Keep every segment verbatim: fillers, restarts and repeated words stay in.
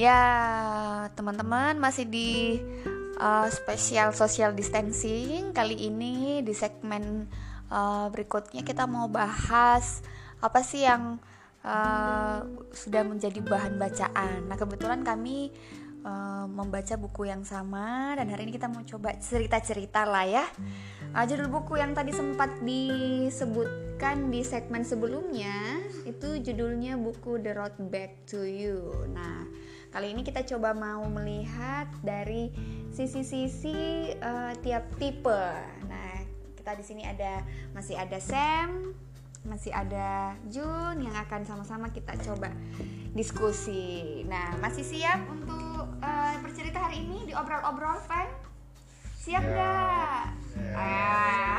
Ya, teman-teman masih di uh, spesial social distancing. Kali ini di segmen uh, berikutnya kita mau bahas apa sih yang uh, sudah menjadi bahan bacaan. Nah, kebetulan kami uh, membaca buku yang sama dan hari ini kita mau coba cerita-cerita lah ya. Uh, judul buku yang tadi sempat disebutkan di segmen sebelumnya itu judulnya buku The Road Back to You. Nah, kali ini kita coba mau melihat dari sisi-sisi uh, tiap tipe. Nah, kita di sini ada masih ada Sam, masih ada Jun yang akan sama-sama kita coba diskusi. Nah, masih siap untuk uh, bercerita hari ini di obrol-obrol, Fan? Siap nggak? Yeah. Ah.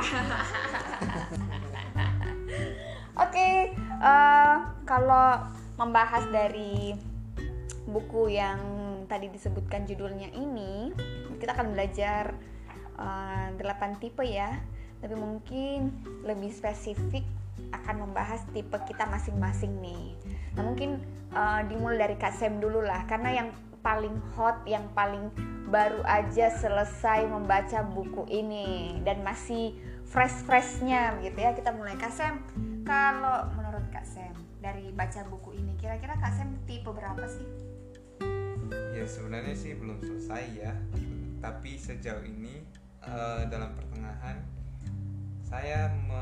Oke, okay, uh, kalau membahas dari buku yang tadi disebutkan judulnya ini, kita akan belajar uh, delapan tipe ya. Tapi mungkin lebih spesifik akan membahas tipe kita masing-masing nih. Nah, mungkin uh, dimulai dari Kak Sam dulu lah, karena yang paling hot, yang paling baru aja selesai membaca buku ini dan masih fresh-freshnya gitu ya. Kita mulai Kak Sam. Kalau menurut Kak Sam dari baca buku ini, kira-kira Kak Sam tipe berapa sih? Ya sebenarnya sih belum selesai ya, tapi sejauh ini uh, dalam pertengahan saya me,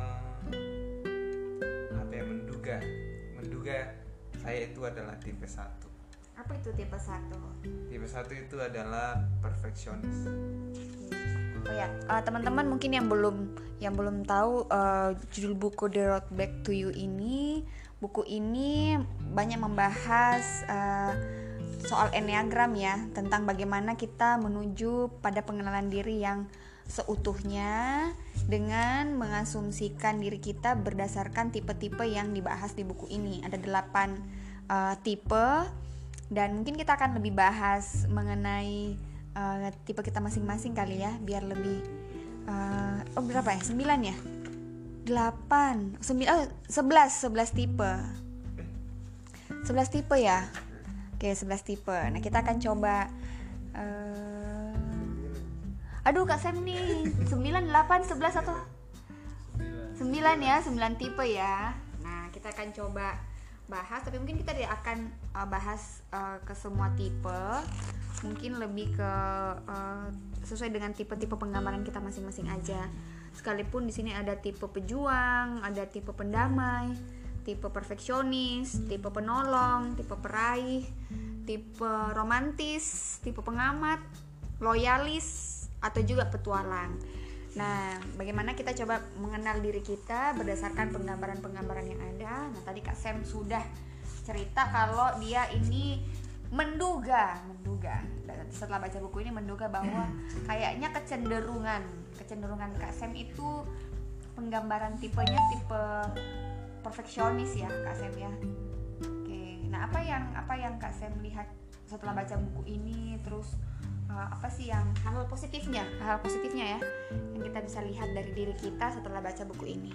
apa ya, menduga menduga saya itu adalah tipe satu. Apa itu tipe satu? Tipe satu itu adalah perfeksionis. Oh ya, uh, teman-teman mungkin yang belum yang belum tahu uh, judul buku The Road Back to You ini, buku ini banyak membahas uh, soal enneagram ya, tentang bagaimana kita menuju pada pengenalan diri yang seutuhnya dengan mengasumsikan diri kita berdasarkan tipe-tipe yang dibahas di buku ini. Ada delapan uh, tipe dan mungkin kita akan lebih bahas mengenai uh, tipe kita masing-masing kali ya, biar lebih uh, oh berapa ya? sembilan ya? delapan, sembilan, oh, sebelas, sebelas tipe. sebelas tipe ya. Oke, sebelas tipe. Nah, kita akan coba uh... Aduh, Kak Sam nih sembilan, delapan, sebelas atau sembilan ya, sembilan tipe ya. Nah, kita akan coba bahas, tapi mungkin kita tidak akan uh, bahas uh, ke semua tipe. Mungkin lebih ke uh, sesuai dengan tipe-tipe penggambaran kita masing-masing aja. Sekalipun di sini ada tipe pejuang, ada tipe pendamai, tipe perfeksionis, tipe penolong, tipe peraih, tipe romantis, tipe pengamat, loyalis, atau juga petualang. Nah, bagaimana kita coba mengenal diri kita berdasarkan penggambaran-penggambaran yang ada. Nah, tadi Kak Sam sudah cerita kalau dia ini menduga, menduga. Dan setelah baca buku ini menduga bahwa kayaknya kecenderungan, kecenderungan Kak Sam itu penggambaran tipenya tipe perfeksionis ya, Kak Sam ya. Oke, nah apa yang apa yang Kak Sam lihat setelah baca buku ini, terus uh, apa sih yang hal positifnya, hal positifnya ya yang kita bisa lihat dari diri kita setelah baca buku ini?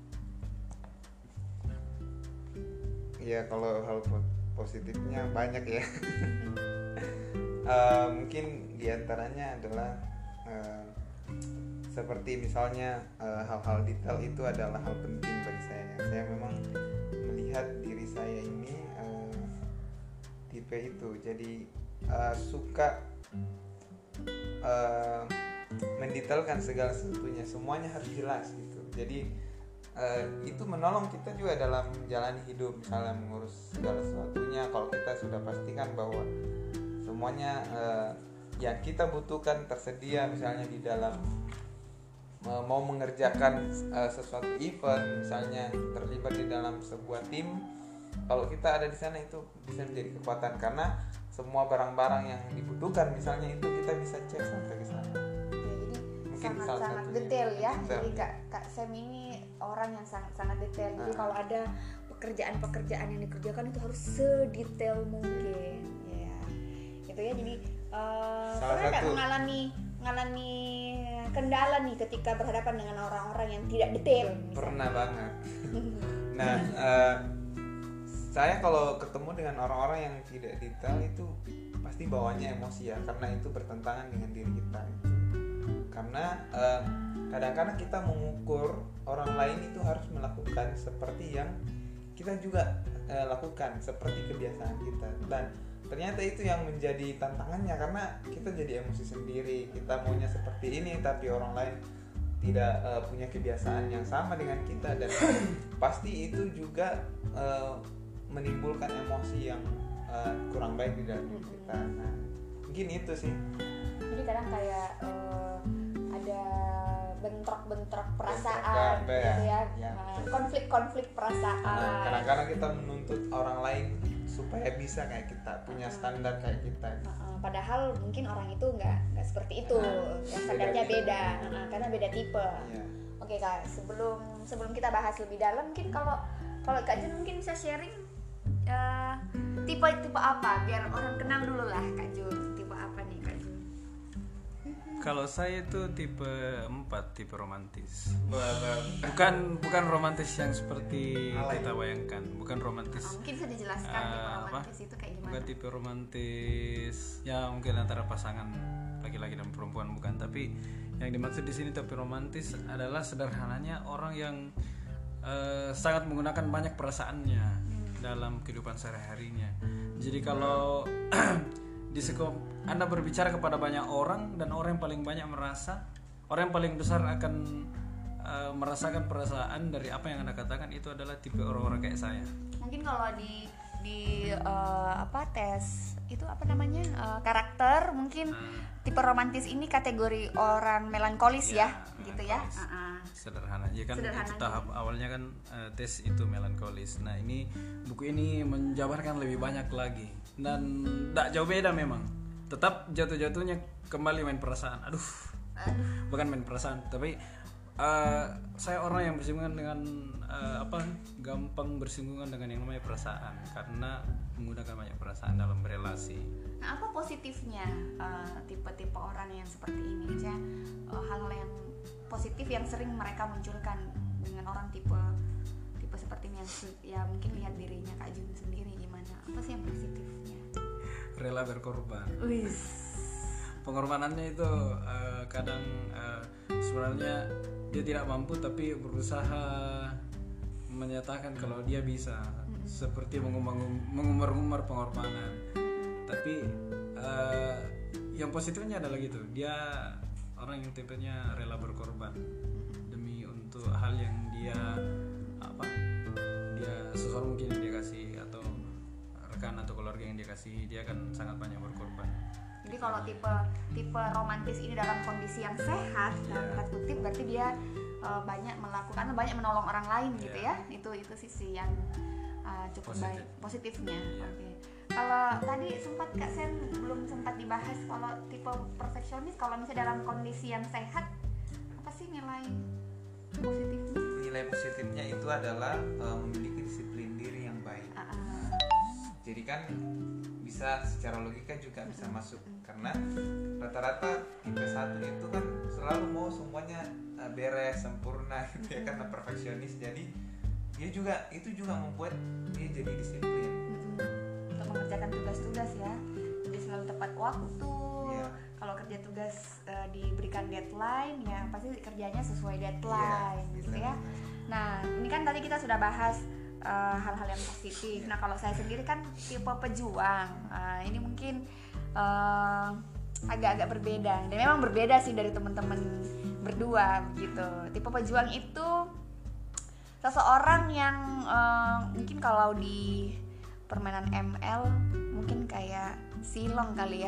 Ya kalau hal positifnya banyak ya. uh, mungkin diantaranya adalah uh, seperti misalnya uh, hal-hal detail itu adalah hal penting bagi saya. Saya memang melihat diri saya ini uh, tipe itu, jadi uh, suka uh, mendetailkan segala sesuatunya, semuanya harus jelas gitu. Jadi uh, itu menolong kita juga dalam menjalani hidup, misalnya mengurus segala sesuatunya. Kalau kita sudah pastikan bahwa semuanya uh, yang kita butuhkan tersedia, misalnya di dalam mau mengerjakan uh, sesuatu event, misalnya terlibat di dalam sebuah tim, kalau kita ada di sana itu bisa menjadi kekuatan karena semua barang-barang yang dibutuhkan misalnya itu kita bisa cek sampai ke sana. Ya, jadi sangat-sangat detail ya. Detail. Jadi Kak, Kak Sam ini orang yang sangat-sangat detail. Jadi nah, kalau ada pekerjaan-pekerjaan yang dikerjakan itu harus sedetail mungkin. Ya, itu ya. Jadi uh, pernah nggak mengalami mengalami kendala nih ketika berhadapan dengan orang-orang yang tidak detail? Misalnya. Pernah banget. Nah, uh, saya kalau ketemu dengan orang-orang yang tidak detail itu pasti bawanya emosi ya, karena itu bertentangan dengan diri kita gitu. Karena uh, kadang-kadang kita mengukur orang lain itu harus melakukan seperti yang kita juga uh, lakukan, seperti kebiasaan kita, dan ternyata itu yang menjadi tantangannya, karena kita jadi emosi sendiri. Kita maunya seperti ini tapi orang lain tidak uh, punya kebiasaan yang sama dengan kita, dan pasti itu juga uh, menimbulkan emosi yang uh, kurang baik di dalam diri kita. Nah, mungkin itu sih. Jadi kadang kayak uh, ada bentrok-bentrok perasaan bentrok, gitu ya, ya. Nah, konflik-konflik perasaan. Nah, kadang-kadang kita menuntut orang lain supaya bisa kayak kita, punya standar kayak kita. Uh, padahal mungkin orang itu nggak nggak seperti itu, nah, ya, standarnya beda, beda, uh, karena beda tipe. Ya. Oke Kak, sebelum sebelum kita bahas lebih dalam, mungkin kalau kalau Kak Jun mungkin bisa sharing uh, tipe tipe apa, biar orang kenal dulu lah Kak Jun, tipe apa nih Kak Jun? Kalau saya itu tipe empat, tipe romantis. Bukan bukan romantis yang seperti Alay. kita bayangkan, bukan romantis. Oh, mungkin bisa dijelaskan uh, tipe apa? romantis itu kayak gimana? Bukan tipe romantis ya mungkin antara pasangan laki-laki dan perempuan, bukan. Tapi yang dimaksud di sini tipe romantis adalah sederhananya orang yang uh, sangat menggunakan banyak perasaannya hmm. dalam kehidupan sehari-harinya. Jadi kalau di sekom Anda berbicara kepada banyak orang, dan orang yang paling banyak merasa, orang yang paling besar akan uh, merasakan perasaan dari apa yang Anda katakan, itu adalah tipe orang-orang kayak saya. Mungkin kalau di di uh, apa tes itu apa namanya uh, karakter, mungkin hmm. tipe romantis ini kategori orang melankolis ya, ya gitu ya. Uh-uh. Sederhana, ya kan Sederhana itu tahap gitu. Awalnya kan uh, tes itu melankolis. Nah ini buku ini menjabarkan lebih banyak lagi, dan tidak jauh beda memang. Tetap jatuh-jatuhnya kembali main perasaan. Aduh, Aduh. bukan main perasaan, tapi uh, saya orang yang bersinggungan dengan uh, apa, gampang bersinggungan dengan yang namanya perasaan, karena menggunakan banyak perasaan dalam berelasi. Nah, apa positifnya uh, tipe-tipe orang yang seperti ini? Maksudnya uh, hal-hal yang positif yang sering mereka munculkan dengan orang tipe tipe seperti ini, yang ya mungkin lihat dirinya Kak Jun sendiri gimana? Apa sih yang positifnya? Rela berkorban. Wis. Pengorbanannya itu uh, kadang uh, sebenarnya dia tidak mampu, tapi berusaha menyatakan kalau dia bisa, mm-hmm. seperti mengumbar-ngumbar pengorbanan. Tapi uh, yang positifnya adalah gitu, dia orang yang tipenya rela berkorban demi untuk hal yang dia apa, dia seseorang mungkin yang dia kasih, atau rekan atau keluarga yang dia kasih, dia akan sangat banyak berkorban. Jadi kalau tipe tipe romantis ini dalam kondisi yang sehat, yeah. dalam tanda kutip, berarti dia uh, banyak melakukan, banyak menolong orang lain gitu yeah. ya. Itu itu sisi yang uh, cukup Positif. baik, positifnya. Yeah. Oke. Okay. Kalau tadi sempat Kak Sen belum sempat dibahas, kalau tipe perfeksionis, kalau misalnya dalam kondisi yang sehat, apa sih nilai positifnya? Nilai positifnya itu adalah uh, memiliki disiplin diri yang baik. Uh-uh. Jadi kan bisa secara logika juga bisa masuk, karena rata-rata tipe satu itu kan selalu mau semuanya uh, beres, sempurna gitu ya, karena perfeksionis. Jadi dia juga itu juga membuat dia jadi disiplin untuk mengerjakan tugas-tugas ya, jadi selalu tepat waktu. Yeah. Kalau kerja tugas uh, diberikan deadline ya pasti kerjanya sesuai deadline yeah, gitu ya. Nah ini kan tadi kita sudah bahas uh, hal-hal yang positif. Yeah. Nah kalau saya sendiri kan tipe pejuang. Uh, ini mungkin uh, agak-agak berbeda. Dan memang berbeda sih dari teman-teman berdua gitu. Tipe pejuang itu seseorang yang uh, mungkin kalau di permainan M L mungkin kayak Silong kali ya.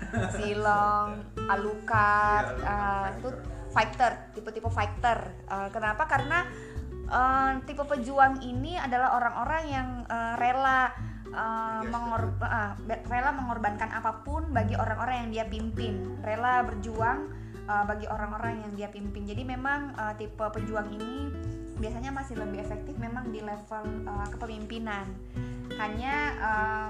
Silong, Alucard, uh, itu fighter, tipe-tipe fighter. Uh, kenapa? Karena uh, tipe pejuang ini adalah orang-orang yang uh, rela uh, mengor- uh, rela mengorbankan apapun bagi orang-orang yang dia pimpin, rela berjuang uh, bagi orang-orang yang dia pimpin. Jadi memang uh, tipe pejuang ini biasanya masih lebih efektif memang di level uh, kepemimpinan. Hanya uh,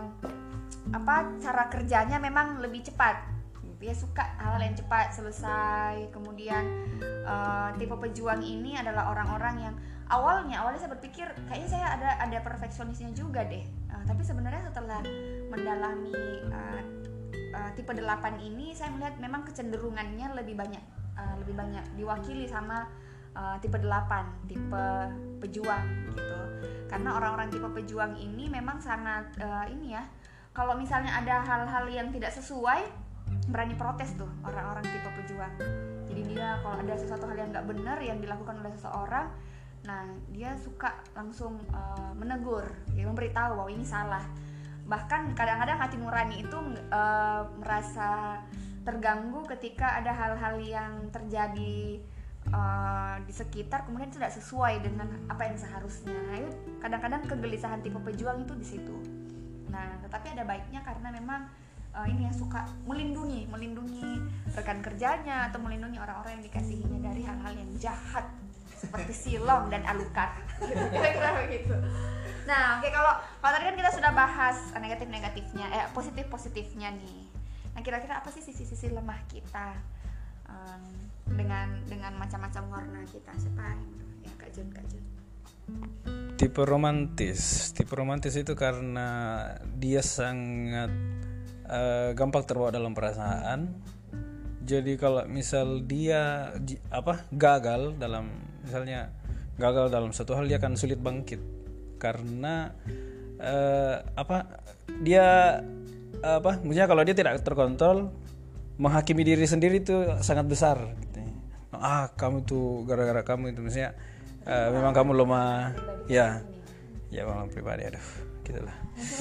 apa cara kerjanya memang lebih cepat. Dia suka hal yang cepat selesai. Kemudian uh, tipe pejuang ini adalah orang-orang yang awalnya awalnya saya berpikir kayaknya saya ada ada perfeksionisnya juga deh. Uh, tapi sebenarnya setelah mendalami uh, uh, tipe delapan ini saya melihat memang kecenderungannya lebih banyak uh, lebih banyak diwakili sama uh, tipe delapan, tipe pejuang gitu. Karena orang-orang tipe pejuang ini memang sangat uh, ini ya, kalau misalnya ada hal-hal yang tidak sesuai berani protes tuh orang-orang tipe pejuang. Jadi dia kalau ada sesuatu hal yang nggak benar yang dilakukan oleh seseorang, nah dia suka langsung uh, menegur, ya, memberitahu bahwa ini salah. Bahkan kadang-kadang hati nurani itu uh, merasa terganggu ketika ada hal-hal yang terjadi uh, di sekitar kemudian tidak sesuai dengan apa yang seharusnya. Nah, itu kadang-kadang kegelisahan tipe pejuang itu di situ. Nah, tetapi ada baiknya karena memang uh, ini yang suka melindungi, melindungi rekan kerjanya atau melindungi orang-orang yang dikasihinya dari hal-hal yang jahat seperti silong dan alukat. Kira-kira begitu. Nah, oke okay, kalau kalau tadi kan kita sudah bahas negatif-negatifnya, eh positif-positifnya nih. Nah, kira-kira apa sih sisi-sisi lemah kita um, dengan dengan macam-macam warna kita? Siapa yang ya Kak Jun, Kak Jun. Tipe romantis, tipe romantis itu karena dia sangat uh, gampang terbawa dalam perasaan. Jadi kalau misal dia apa gagal dalam misalnya gagal dalam suatu hal, dia akan sulit bangkit karena uh, apa dia apa maksudnya kalau dia tidak terkontrol, menghakimi diri sendiri itu sangat besar gitu. Ah kamu tuh gara-gara kamu itu misalnya uh, memang kamu lemah ya ya memang pribadi aduh gitulah.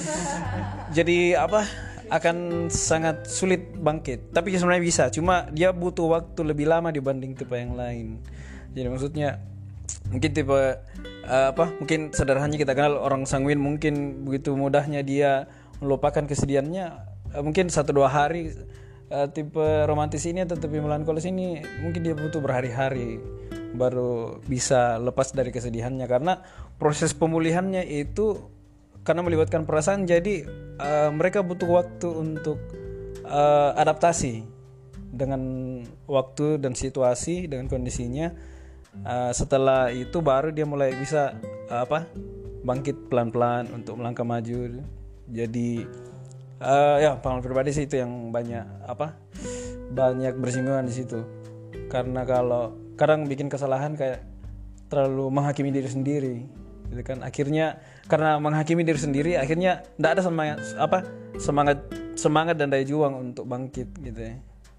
Jadi apa akan sangat sulit bangkit, tapi sebenarnya bisa, cuma dia butuh waktu lebih lama dibanding tipe yang lain. Jadi maksudnya mungkin tipe uh, apa mungkin sederhananya kita kenal orang sanguin, mungkin begitu mudahnya dia melupakan kesedihannya, uh, mungkin satu dua hari. Uh, tipe romantis ini atau tipe melankolis ini mungkin dia butuh berhari-hari baru bisa lepas dari kesedihannya, karena proses pemulihannya itu karena melibatkan perasaan, jadi uh, mereka butuh waktu untuk uh, adaptasi dengan waktu dan situasi dengan kondisinya. Uh, setelah itu baru dia mulai bisa uh, apa bangkit pelan-pelan untuk melangkah maju. Jadi uh, ya pengalaman pribadi sih itu yang banyak apa banyak bersinggungan di situ. Karena kalau kadang bikin kesalahan kayak terlalu menghakimi diri sendiri, gitu kan. Akhirnya karena menghakimi diri sendiri, akhirnya tidak ada semangat apa semangat semangat dan daya juang untuk bangkit, gitu ya.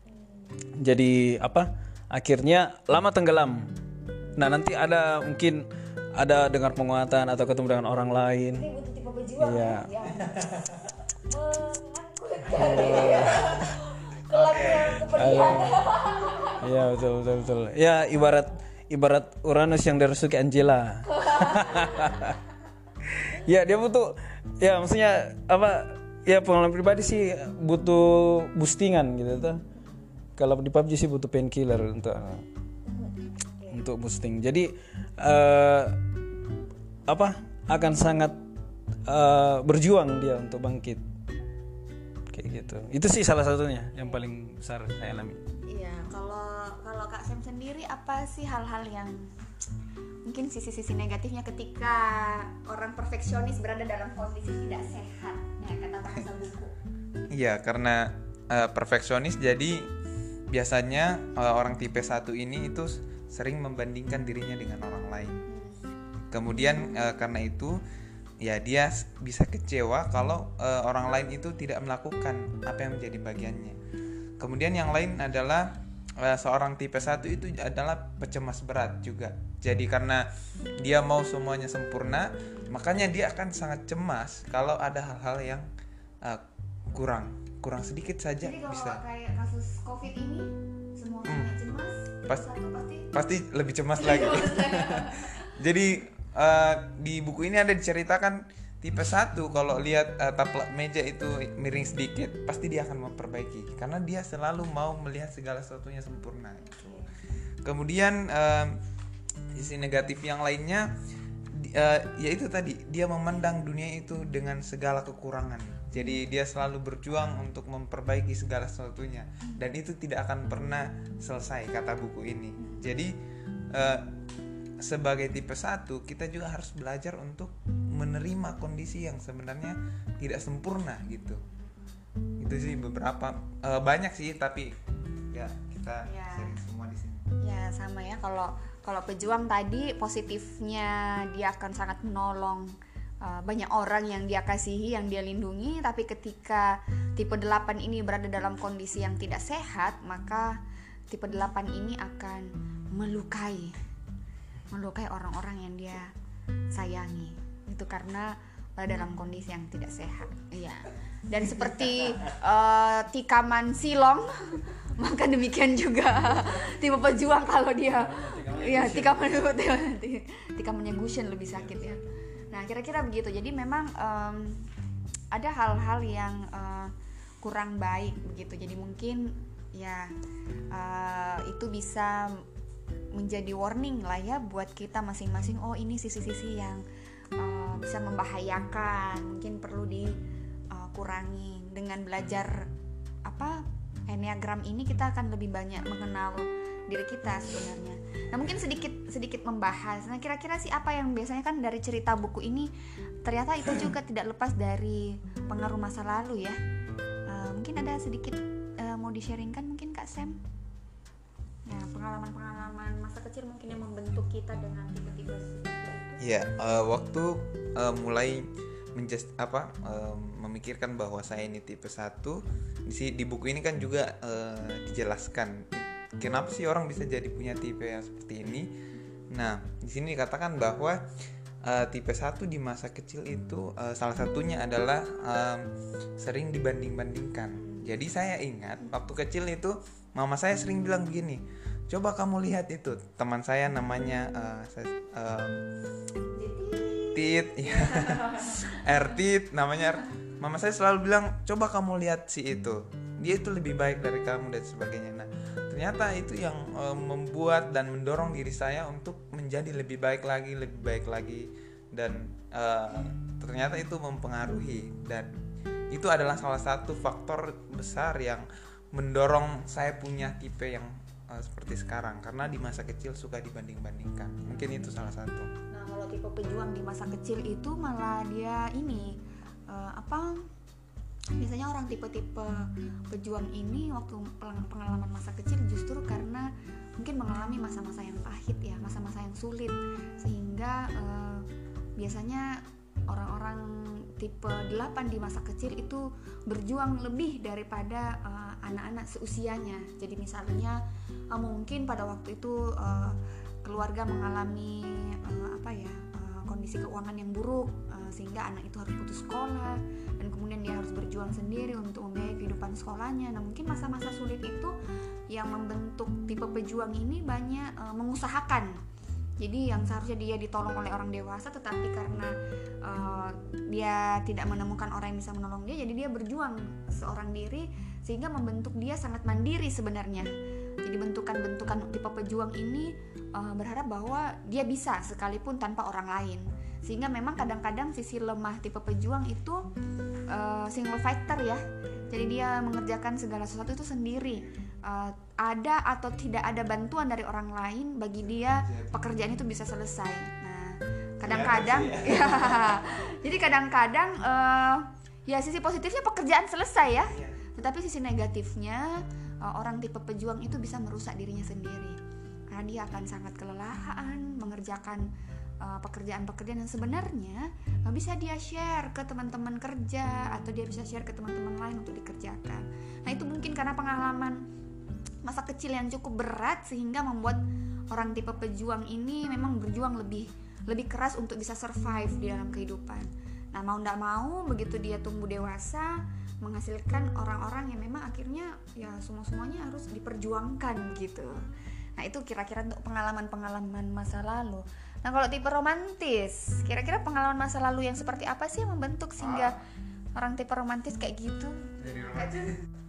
Jadi apa akhirnya lama tenggelam. Nah nanti ada mungkin ada dengar penguatan atau ketemu dengan orang lain. Ini butuh tipe pejuang iya. ya. Ya. Kelaknya kepedihan. Iya betul betul betul. Ya ibarat ibarat Uranus yang dirasuki Angela. Ya dia butuh ya maksudnya apa ya pengalaman pribadi sih butuh boostingan gitu tuh. Kalau di P U B G sih butuh painkiller untuk untuk boosting. Jadi uh, apa akan sangat uh, berjuang dia untuk bangkit kayak gitu. Itu sih salah satunya yang paling besar saya alami. Iya, kalau kalau Kak Sam sendiri apa sih hal-hal yang mungkin sisi-sisi negatifnya ketika orang perfeksionis berada dalam kondisi tidak sehat, ya kata bahasa buku. Iya, karena uh, perfeksionis jadi biasanya uh, orang tipe satu ini itu sering membandingkan dirinya dengan orang lain. Kemudian uh, karena itu ya dia bisa kecewa kalau uh, orang lain itu tidak melakukan apa yang menjadi bagiannya. Kemudian yang lain adalah uh, seorang tipe satu itu adalah pecemas berat juga. Jadi karena dia mau semuanya sempurna, makanya dia akan sangat cemas kalau ada hal-hal yang uh, kurang kurang sedikit saja. Jadi kalau bisa. kayak kasus COVID ini semua orang hmm. cemas, Pas, satu pasti pasti lebih cemas lagi. Jadi uh, di buku ini ada diceritakan tipe satu kalau lihat uh, taplak meja itu miring sedikit, pasti dia akan memperbaiki karena dia selalu mau melihat segala sesuatunya sempurna. Kemudian uh, sisi negatif yang lainnya uh, yaitu tadi dia memandang dunia itu dengan segala kekurangan. Jadi dia selalu berjuang untuk memperbaiki segala sesuatunya dan itu tidak akan pernah selesai kata buku ini. Jadi uh, sebagai tipe satu kita juga harus belajar untuk menerima kondisi yang sebenarnya tidak sempurna gitu. Itu sih beberapa, uh, banyak sih tapi ya kita Ya. sharing semua di sini. Ya sama ya, kalau kalau pejuang tadi positifnya dia akan sangat menolong uh, banyak orang yang dia kasihi, yang dia lindungi. Tapi ketika tipe delapan ini berada dalam kondisi yang tidak sehat, maka tipe delapan ini akan melukai melukai orang-orang yang dia sayangi. Itu karena berada dalam kondisi yang tidak sehat. Iya. Dan seperti uh, tikaman silong, maka demikian juga tipe pejuang kalau dia ya tikaman tikamannya Gushen lebih sakit ya. Nah, kira-kira begitu. Jadi memang um, ada hal-hal yang uh, kurang baik begitu. Jadi mungkin ya uh, itu bisa menjadi warning lah ya buat kita masing-masing. Oh, ini sisi-sisi yang uh, bisa membahayakan, mungkin perlu dikurangi. Uh, dengan belajar apa Enneagram ini kita akan lebih banyak mengenal diri kita sebenarnya. Nah, mungkin sedikit sedikit membahas. Nah, kira-kira sih apa yang biasanya kan dari cerita buku ini ternyata itu juga tidak lepas dari pengaruh masa lalu ya. Uh, mungkin ada sedikit uh, mau di-sharingkan mungkin Kak Sam? Ya, pengalaman-pengalaman masa kecil mungkin yang membentuk kita dengan tipe-tipe seperti itu. Iya, uh, waktu uh, mulai menjust apa uh, memikirkan bahwa saya ini tipe satu, di, di buku ini kan juga uh, dijelaskan kenapa sih orang bisa jadi punya tipe yang seperti ini. Nah, di sini dikatakan bahwa uh, tipe satu di masa kecil itu uh, salah satunya adalah um, sering dibanding-bandingkan. Jadi saya ingat waktu kecil itu mama saya sering bilang begini, coba kamu lihat itu teman saya namanya uh, um, Tit, ya, Ertit namanya. Mama saya selalu bilang, coba kamu lihat si itu, dia itu lebih baik dari kamu dan sebagainya. Nah, ternyata itu yang um, membuat dan mendorong diri saya untuk menjadi lebih baik lagi, lebih baik lagi, dan uh, ternyata itu mempengaruhi, dan itu adalah salah satu faktor besar yang mendorong saya punya tipe yang uh, seperti sekarang, karena di masa kecil suka dibanding-bandingkan. Mungkin itu salah satu. Nah, kalau tipe pejuang di masa kecil itu malah dia ini uh, apa biasanya orang tipe-tipe pejuang ini waktu pengalaman masa kecil justru karena mungkin mengalami masa-masa yang pahit ya, masa-masa yang sulit, sehingga uh, biasanya orang-orang tipe delapan di masa kecil itu berjuang lebih daripada uh, anak-anak seusianya. Jadi misalnya uh, mungkin pada waktu itu uh, keluarga mengalami uh, apa ya uh, kondisi keuangan yang buruk, uh, sehingga anak itu harus putus sekolah dan kemudian dia harus berjuang sendiri untuk membiayai kehidupan sekolahnya. Nah, mungkin masa-masa sulit itu yang membentuk tipe pejuang ini banyak uh, mengusahakan. Jadi yang seharusnya dia ditolong oleh orang dewasa, tetapi karena uh, dia tidak menemukan orang yang bisa menolong dia, jadi dia berjuang seorang diri, sehingga membentuk dia sangat mandiri sebenarnya. Jadi bentukan-bentukan tipe pejuang ini uh, berharap bahwa dia bisa sekalipun tanpa orang lain. Sehingga memang kadang-kadang sisi lemah tipe pejuang itu uh, single fighter ya. Jadi dia mengerjakan segala sesuatu itu sendiri. Uh, ada atau tidak ada bantuan dari orang lain, bagi dia pekerjaan itu bisa selesai. Nah, kadang-kadang ya, ya. Jadi kadang-kadang uh, ya sisi positifnya pekerjaan selesai ya. Tetapi sisi negatifnya uh, orang tipe pejuang itu bisa merusak dirinya sendiri. Karena dia akan sangat kelelahan mengerjakan uh, pekerjaan-pekerjaan yang sebenarnya uh, bisa dia share ke teman-teman kerja, atau dia bisa share ke teman-teman lain untuk dikerjakan. Nah, itu mungkin karena pengalaman masa kecil yang cukup berat, sehingga membuat orang tipe pejuang ini memang berjuang lebih lebih keras untuk bisa survive di dalam kehidupan. Nah, mau tidak mau begitu dia tumbuh dewasa, menghasilkan orang-orang yang memang akhirnya ya semua-semuanya harus diperjuangkan gitu. Nah, itu kira-kira untuk pengalaman-pengalaman masa lalu. Nah, kalau tipe romantis, kira-kira pengalaman masa lalu yang seperti apa sih yang membentuk sehingga orang tipe romantis kayak gitu? Jadi romantis